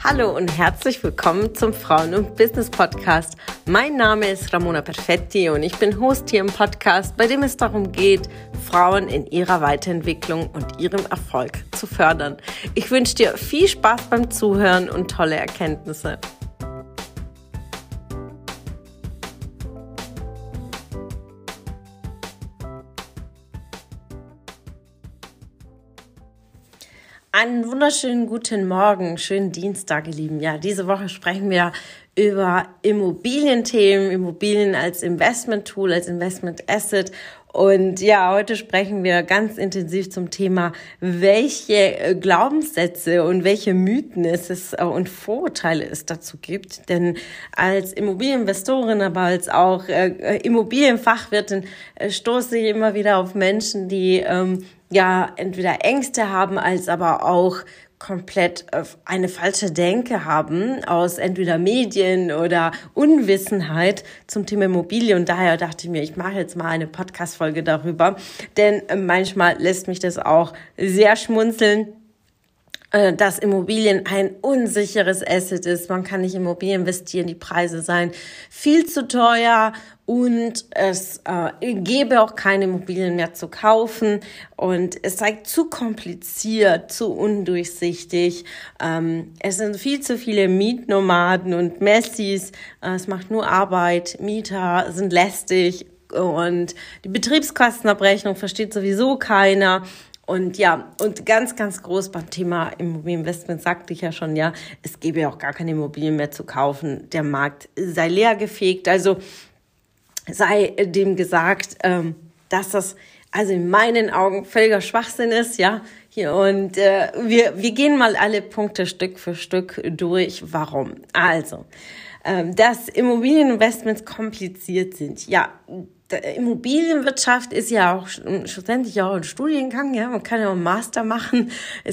Hallo und herzlich willkommen zum Frauen- und Business Podcast. Mein Name ist Ramona Perfetti und ich bin Host hier im Podcast, bei dem es darum geht, Frauen in ihrer Weiterentwicklung und ihrem Erfolg zu fördern. Ich wünsche dir viel Spaß beim Zuhören und tolle Erkenntnisse. Einen wunderschönen guten Morgen, schönen Dienstag, ihr Lieben. Ja, diese Woche sprechen wir über Immobilienthemen, Immobilien als Investment-Tool, als Investment-Asset. Und ja, heute sprechen wir ganz intensiv zum Thema, welche Glaubenssätze und welche Mythen und Vorurteile es dazu gibt. Denn als Immobilieninvestorin, aber als auch Immobilienfachwirtin stoße ich immer wieder auf Menschen, die entweder Ängste haben, als aber auch komplett eine falsche Denke haben aus entweder Medien oder Unwissenheit zum Thema Immobilie. Und daher dachte ich mir, ich mache jetzt mal eine Podcast-Folge darüber, denn manchmal lässt mich das auch sehr schmunzeln, dass Immobilien ein unsicheres Asset ist. Man kann nicht in Immobilien investieren, die Preise seien viel zu teuer und es gäbe auch keine Immobilien mehr zu kaufen und es sei zu kompliziert, zu undurchsichtig. Es sind viel zu viele Mietnomaden und Messis. Es macht nur Arbeit. Mieter sind lästig und die Betriebskostenabrechnung versteht sowieso keiner. Und ja, und ganz, ganz groß beim Thema Immobilieninvestment sagte ich ja schon, ja, es gäbe ja auch gar keine Immobilien mehr zu kaufen. Der Markt sei leergefegt. Also sei dem gesagt, dass das also in meinen Augen völliger Schwachsinn ist, ja. Und wir gehen mal alle Punkte Stück für Stück durch. Warum? Also, dass Immobilieninvestments kompliziert sind. Ja, Immobilienwirtschaft ist ja auch schlussendlich auch ein Studiengang, ja. Man kann ja auch einen Master machen.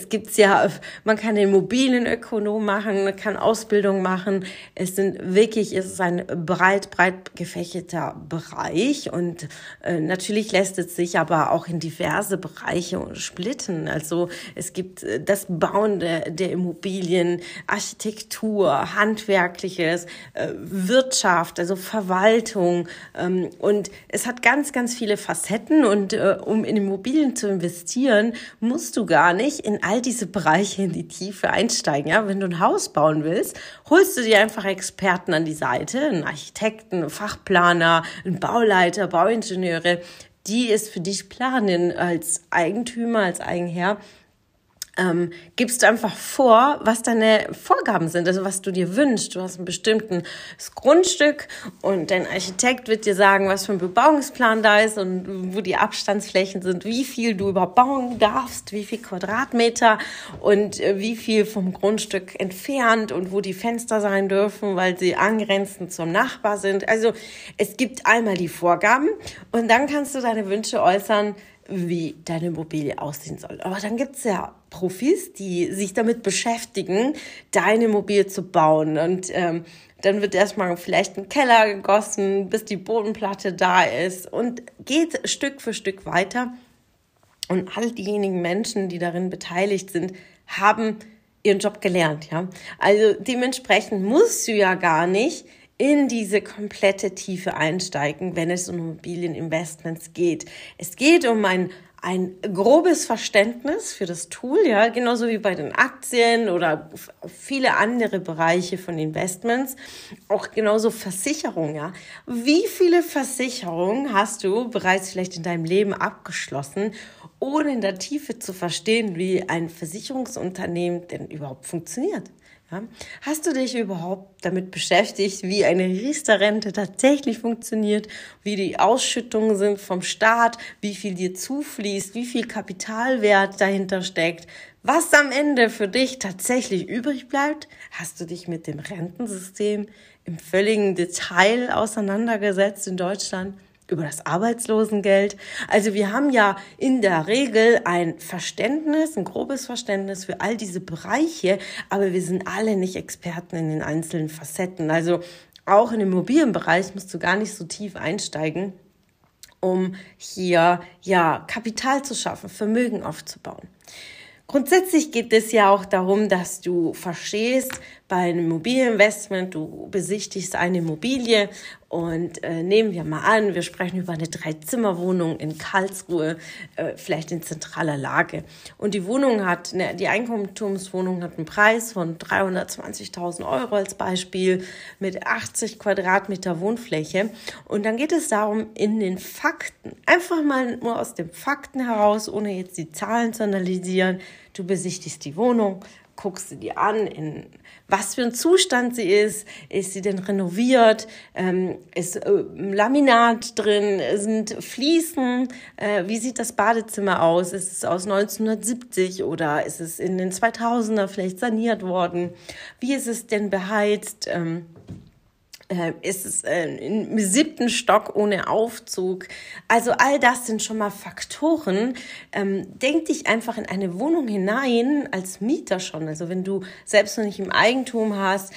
Man kann den Immobilienökonom machen, man kann Ausbildung machen. Es ist ein breit gefächerter Bereich und natürlich lässt es sich aber auch in diverse Bereiche splitten. Also es gibt das Bauen der Immobilien, Architektur, Handwerkliches, Wirtschaft, also Verwaltung und es hat ganz, ganz viele Facetten und um in Immobilien zu investieren, musst du gar nicht in all diese Bereiche in die Tiefe einsteigen. Ja? Wenn du ein Haus bauen willst, holst du dir einfach Experten an die Seite, einen Architekten, einen Fachplaner, einen Bauleiter, Bauingenieure, die es für dich planen als Eigentümer, als Eigenherr. Gibst du einfach vor, was deine Vorgaben sind, also was du dir wünschst. Du hast ein bestimmtes Grundstück und dein Architekt wird dir sagen, was für ein Bebauungsplan da ist und wo die Abstandsflächen sind, wie viel du überhaupt bauen darfst, wie viel Quadratmeter und wie viel vom Grundstück entfernt und wo die Fenster sein dürfen, weil sie angrenzend zum Nachbar sind. Also es gibt einmal die Vorgaben und dann kannst du deine Wünsche äußern, wie deine Immobilie aussehen soll. Aber dann gibt's ja Profis, die sich damit beschäftigen, deine Immobilie zu bauen. Und dann wird erstmal vielleicht ein Keller gegossen, bis die Bodenplatte da ist und geht Stück für Stück weiter. Und all diejenigen Menschen, die darin beteiligt sind, haben ihren Job gelernt. Ja? Also dementsprechend musst du ja gar nicht in diese komplette Tiefe einsteigen, wenn es um Immobilieninvestments geht. Es geht um ein grobes Verständnis für das Tool, ja, genauso wie bei den Aktien oder viele andere Bereiche von Investments, auch genauso Versicherung, ja. Wie viele Versicherungen hast du bereits vielleicht in deinem Leben abgeschlossen, ohne in der Tiefe zu verstehen, wie ein Versicherungsunternehmen denn überhaupt funktioniert? Ja. Hast du dich überhaupt damit beschäftigt, wie eine Riester-Rente tatsächlich funktioniert, wie die Ausschüttungen sind vom Staat, wie viel dir zufließt, wie viel Kapitalwert dahinter steckt, was am Ende für dich tatsächlich übrig bleibt? Hast du dich mit dem Rentensystem im völligen Detail auseinandergesetzt in Deutschland? Über das Arbeitslosengeld. Also wir haben ja in der Regel ein grobes Verständnis für all diese Bereiche, aber wir sind alle nicht Experten in den einzelnen Facetten. Also auch im Immobilienbereich musst du gar nicht so tief einsteigen, um hier Kapital zu schaffen, Vermögen aufzubauen. Grundsätzlich geht es ja auch darum, dass du verstehst, bei einem Immobilieninvestment, du besichtigst eine Immobilie und nehmen wir mal an, wir sprechen über eine 3-Zimmer-Wohnung in Karlsruhe, vielleicht in zentraler Lage. Und die Wohnung die Eigentumswohnung hat einen Preis von 320.000 Euro als Beispiel mit 80 Quadratmeter Wohnfläche. Und dann geht es darum, in den Fakten, einfach mal nur aus den Fakten heraus, ohne jetzt die Zahlen zu analysieren, du besichtigst die Wohnung, guckst sie dir an, in was für ein Zustand sie ist sie denn renoviert, ist Laminat drin, sind Fliesen, wie sieht das Badezimmer aus, ist es aus 1970 oder ist es in den 2000er vielleicht saniert worden, wie ist es denn beheizt, ist es im 7. Stock ohne Aufzug. Also all das sind schon mal Faktoren. Denk dich einfach in eine Wohnung hinein als Mieter schon. Also wenn du selbst noch nicht im Eigentum hast,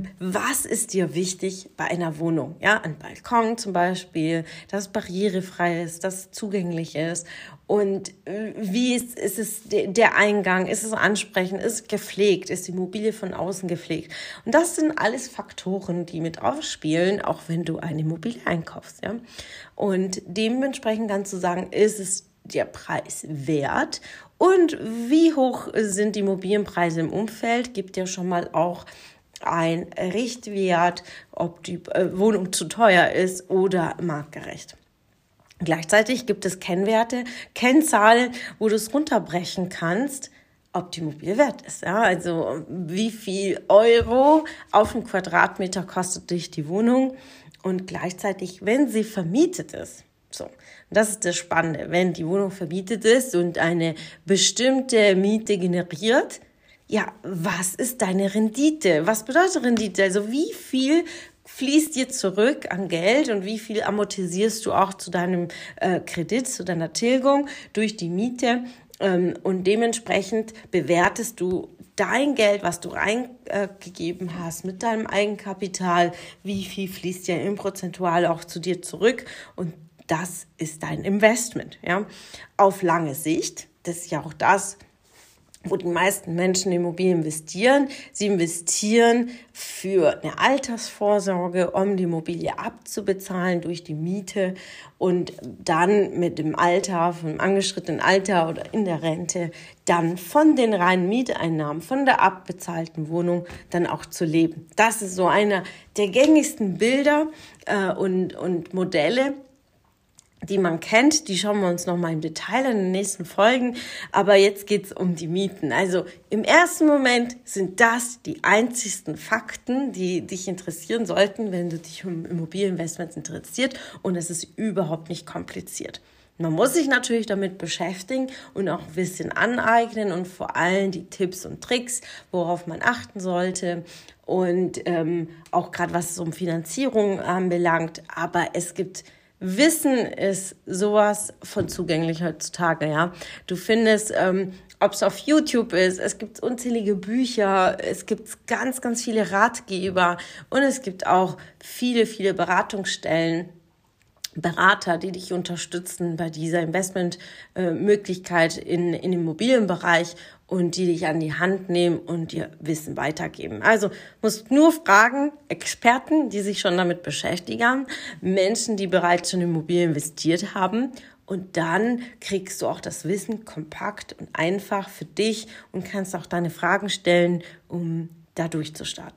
was ist dir wichtig bei einer Wohnung? Ja, ein Balkon zum Beispiel, dass es barrierefrei ist, dass es zugänglich ist. Und wie ist es der Eingang? Ist es ansprechend? Ist es gepflegt? Ist die Immobilie von außen gepflegt? Und das sind alles Faktoren, die mit aufspielen, auch wenn du eine Immobilie einkaufst. Ja? Und dementsprechend kannst du sagen, ist es der Preis wert? Und wie hoch sind die Immobilienpreise im Umfeld? Gibt ja schon mal auch ein Richtwert, ob die Wohnung zu teuer ist oder marktgerecht. Gleichzeitig gibt es Kennwerte, Kennzahlen, wo du es runterbrechen kannst, ob die Immobilie wert ist. Ja? Also wie viel Euro auf einen Quadratmeter kostet dich die Wohnung und gleichzeitig, wenn sie vermietet ist. So, das ist das Spannende. Wenn die Wohnung vermietet ist und eine bestimmte Miete generiert, ja, was ist deine Rendite? Was bedeutet Rendite? Also wie viel fließt dir zurück an Geld und wie viel amortisierst du auch zu deinem Kredit, zu deiner Tilgung durch die Miete und dementsprechend bewertest du dein Geld, was du reingegeben hast mit deinem Eigenkapital, wie viel fließt dir im Prozentual auch zu dir zurück und das ist dein Investment. Ja? Auf lange Sicht, das ist ja auch das, wo die meisten Menschen in Immobilien investieren. Sie investieren für eine Altersvorsorge, um die Immobilie abzubezahlen durch die Miete und dann mit dem Alter, vom angeschrittenen Alter oder in der Rente, dann von den reinen Mieteinnahmen, von der abbezahlten Wohnung dann auch zu leben. Das ist so einer der gängigsten Bilder und Modelle, die man kennt, die schauen wir uns nochmal im Detail in den nächsten Folgen, aber jetzt geht's um die Mieten. Also im ersten Moment sind das die einzigsten Fakten, die dich interessieren sollten, wenn du dich um Immobilieninvestments interessiert und es ist überhaupt nicht kompliziert. Man muss sich natürlich damit beschäftigen und auch ein bisschen aneignen und vor allem die Tipps und Tricks, worauf man achten sollte und auch gerade was es um Finanzierung anbelangt, aber Wissen ist sowas von zugänglich heutzutage, ja. Du findest, ob es auf YouTube ist, es gibt unzählige Bücher, es gibt ganz, ganz viele Ratgeber und es gibt auch viele, viele Beratungsstellen, Berater, die dich unterstützen bei dieser Investmentmöglichkeit im Immobilienbereich und die dich an die Hand nehmen und dir Wissen weitergeben. Also musst nur fragen, Experten, die sich schon damit beschäftigen, Menschen, die bereits schon in Immobilien investiert haben und dann kriegst du auch das Wissen kompakt und einfach für dich und kannst auch deine Fragen stellen, um da durchzustarten.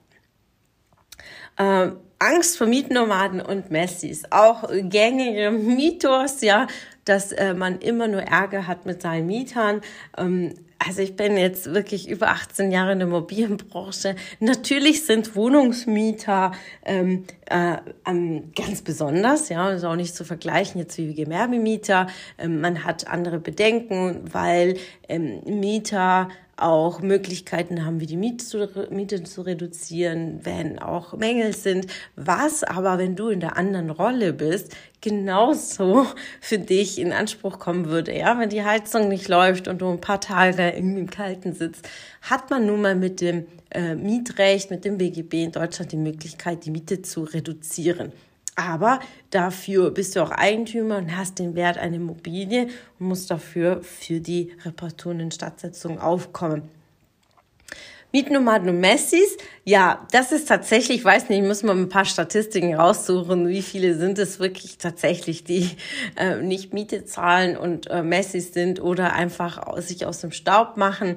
Angst vor Mietnomaden und Messis, auch gängige Mythos, ja, dass man immer nur Ärger hat mit seinen Mietern. Also ich bin jetzt wirklich über 18 Jahre in der Immobilienbranche. Natürlich sind Wohnungsmieter ganz besonders, ja, ist auch nicht zu vergleichen jetzt wie Gewerbemieter. Man hat andere Bedenken, weil Mieter auch Möglichkeiten haben, wie die Miete zu reduzieren, wenn auch Mängel sind. Was aber, wenn du in der anderen Rolle bist, genauso für dich in Anspruch kommen würde, ja, wenn die Heizung nicht läuft und du ein paar Tage irgendwie im Kalten sitzt, hat man nun mal mit dem Mietrecht, mit dem BGB in Deutschland die Möglichkeit, die Miete zu reduzieren. Aber dafür bist du auch Eigentümer und hast den Wert einer Immobilie und musst dafür für die Reparaturen und Instandsetzung aufkommen. Mietnomaden und Messis, ja, das ist tatsächlich, ich weiß nicht, ich muss mal ein paar Statistiken raussuchen, wie viele sind es wirklich tatsächlich, die nicht Miete zahlen und Messis sind oder einfach sich aus dem Staub machen.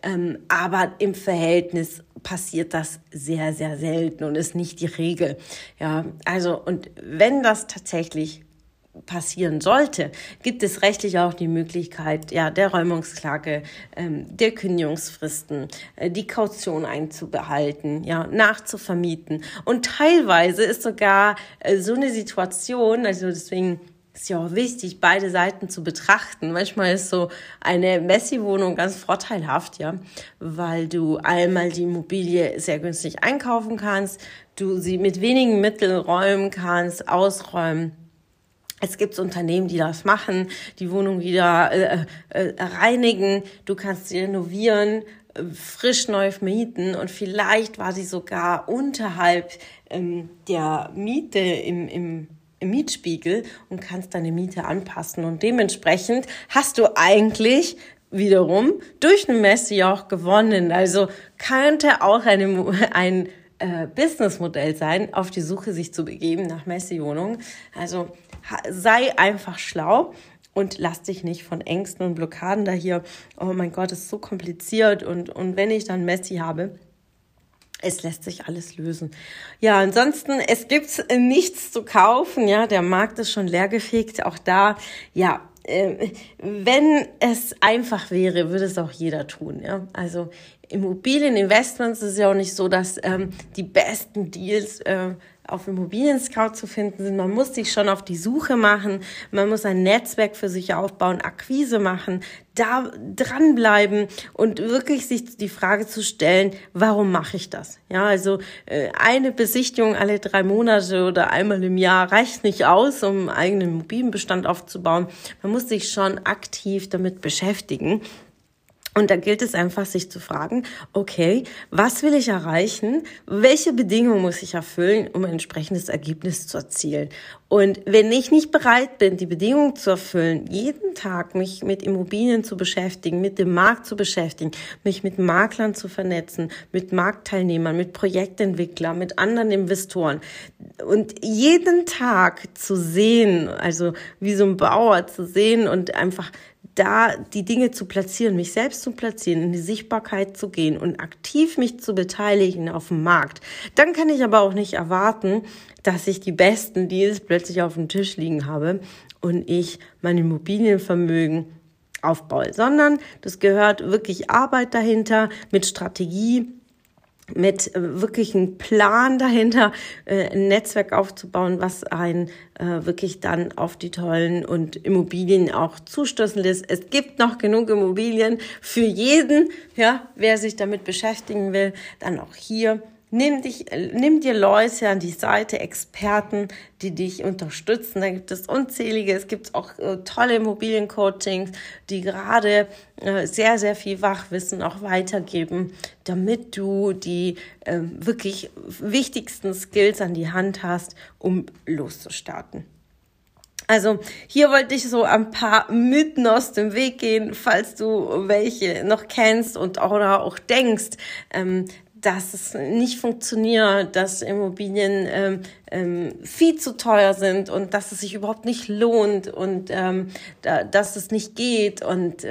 Aber im Verhältnis passiert das sehr, sehr selten und ist nicht die Regel. Ja, also und wenn das tatsächlich passieren sollte, gibt es rechtlich auch die Möglichkeit, ja, der Räumungsklage, der Kündigungsfristen, die Kaution einzubehalten, ja, nachzuvermieten. Und teilweise ist sogar so eine Situation, also deswegen ist ja auch wichtig, beide Seiten zu betrachten. Manchmal ist so eine Messi-Wohnung ganz vorteilhaft, ja, weil du einmal die Immobilie sehr günstig einkaufen kannst, du sie mit wenigen Mitteln räumen kannst, ausräumen. Es gibt Unternehmen, die das machen, die Wohnung wieder reinigen, du kannst sie renovieren, frisch neu mieten und vielleicht war sie sogar unterhalb der Miete im Mietspiegel und kannst deine Miete anpassen. Und dementsprechend hast du eigentlich wiederum durch eine Messi auch gewonnen. Also könnte auch ein Businessmodell sein, auf die Suche sich zu begeben nach Messi-Wohnungen. Also sei einfach schlau und lass dich nicht von Ängsten und Blockaden da hier, oh mein Gott, ist so kompliziert und wenn ich dann Messi habe, es lässt sich alles lösen. Ja, ansonsten, es gibt nichts zu kaufen, ja, der Markt ist schon leergefegt, auch da, ja, wenn es einfach wäre, würde es auch jeder tun, ja, also Immobilieninvestments ist ja auch nicht so, dass die besten Deals auf Immobilien-Scout zu finden sind. Man muss sich schon auf die Suche machen, man muss ein Netzwerk für sich aufbauen, Akquise machen, da dranbleiben und wirklich sich die Frage zu stellen, warum mache ich das? Ja, also eine Besichtigung alle 3 Monate oder einmal im Jahr reicht nicht aus, um einen eigenen Immobilienbestand aufzubauen. Man muss sich schon aktiv damit beschäftigen. Und da gilt es einfach, sich zu fragen, okay, was will ich erreichen? Welche Bedingungen muss ich erfüllen, um ein entsprechendes Ergebnis zu erzielen? Und wenn ich nicht bereit bin, die Bedingungen zu erfüllen, jeden Tag mich mit Immobilien zu beschäftigen, mit dem Markt zu beschäftigen, mich mit Maklern zu vernetzen, mit Marktteilnehmern, mit Projektentwicklern, mit anderen Investoren und jeden Tag zu sehen, also wie so ein Bauer zu sehen und einfach da die Dinge zu platzieren, mich selbst zu platzieren, in die Sichtbarkeit zu gehen und aktiv mich zu beteiligen auf dem Markt, dann kann ich aber auch nicht erwarten, dass ich die besten Deals plötzlich auf dem Tisch liegen habe und ich mein Immobilienvermögen aufbaue, sondern das gehört wirklich Arbeit dahinter, mit Strategie, mit wirklich einem Plan dahinter, ein Netzwerk aufzubauen, was einen wirklich dann auf die tollen und Immobilien auch zustoßen lässt. Es gibt noch genug Immobilien für jeden, ja, wer sich damit beschäftigen will, dann auch hier. Nimm dir Leute an die Seite, Experten, die dich unterstützen. Da gibt es unzählige, es gibt auch tolle Immobiliencoachings, die gerade sehr, sehr viel Fachwissen auch weitergeben, damit du die wirklich wichtigsten Skills an die Hand hast, um loszustarten. Also hier wollte ich so ein paar Mythen aus dem Weg gehen, falls du welche noch kennst und oder auch denkst, dass es nicht funktioniert, dass Immobilien viel zu teuer sind und dass es sich überhaupt nicht lohnt und dass es nicht geht und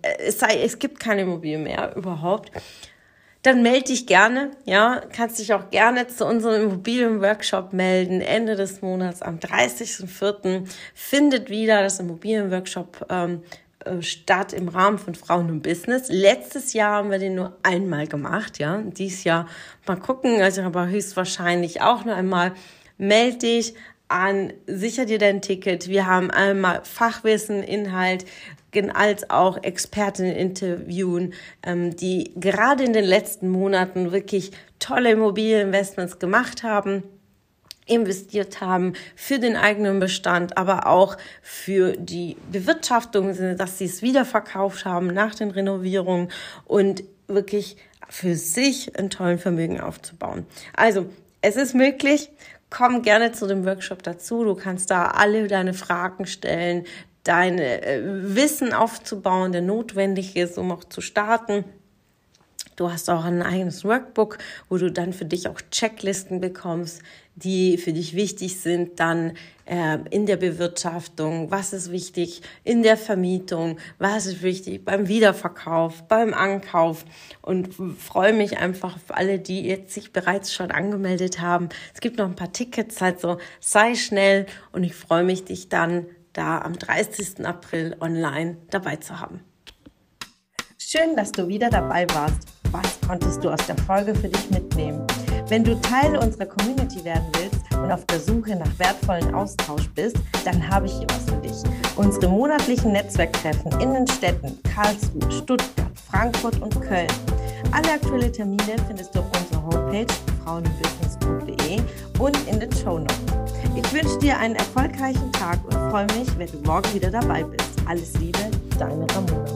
es gibt keine Immobilien mehr überhaupt. Dann melde dich gerne, ja, kannst dich auch gerne zu unserem Immobilienworkshop melden. Ende des Monats am 30.04. findet wieder das Immobilienworkshop statt im Rahmen von Frauen und Business. Letztes Jahr haben wir den nur einmal gemacht, ja. Dieses Jahr mal gucken, also aber höchstwahrscheinlich auch nur einmal. Meld dich an, sicher dir dein Ticket. Wir haben einmal Fachwissen, Inhalt, als auch Expertinnen interviewen, die gerade in den letzten Monaten wirklich tolle Immobilieninvestments gemacht haben, investiert haben für den eigenen Bestand, aber auch für die Bewirtschaftung, dass sie es wiederverkauft haben nach den Renovierungen und wirklich für sich einen tollen Vermögen aufzubauen. Also, es ist möglich. komm gerne zu dem Workshop dazu. Du kannst da alle deine Fragen stellen, dein Wissen aufzubauen, der notwendig ist, um auch zu starten. Du hast auch ein eigenes Workbook, wo du dann für dich auch Checklisten bekommst, die für dich wichtig sind, dann in der Bewirtschaftung, was ist wichtig in der Vermietung, was ist wichtig beim Wiederverkauf, beim Ankauf, und freue mich einfach auf alle, die jetzt sich bereits schon angemeldet haben. Es gibt noch ein paar Tickets, also sei schnell, und ich freue mich, dich dann da am 30. April online dabei zu haben. Schön, dass du wieder dabei warst. Was konntest du aus der Folge für dich mitnehmen? Wenn du Teil unserer Community werden willst und auf der Suche nach wertvollen Austausch bist, dann habe ich hier was für dich. Unsere monatlichen Netzwerktreffen in den Städten Karlsruhe, Stuttgart, Frankfurt und Köln. Alle aktuellen Termine findest du auf unserer Homepage fraueninbusiness.de und in den Shownotes. Ich wünsche dir einen erfolgreichen Tag und freue mich, wenn du morgen wieder dabei bist. Alles Liebe, deine Ramona.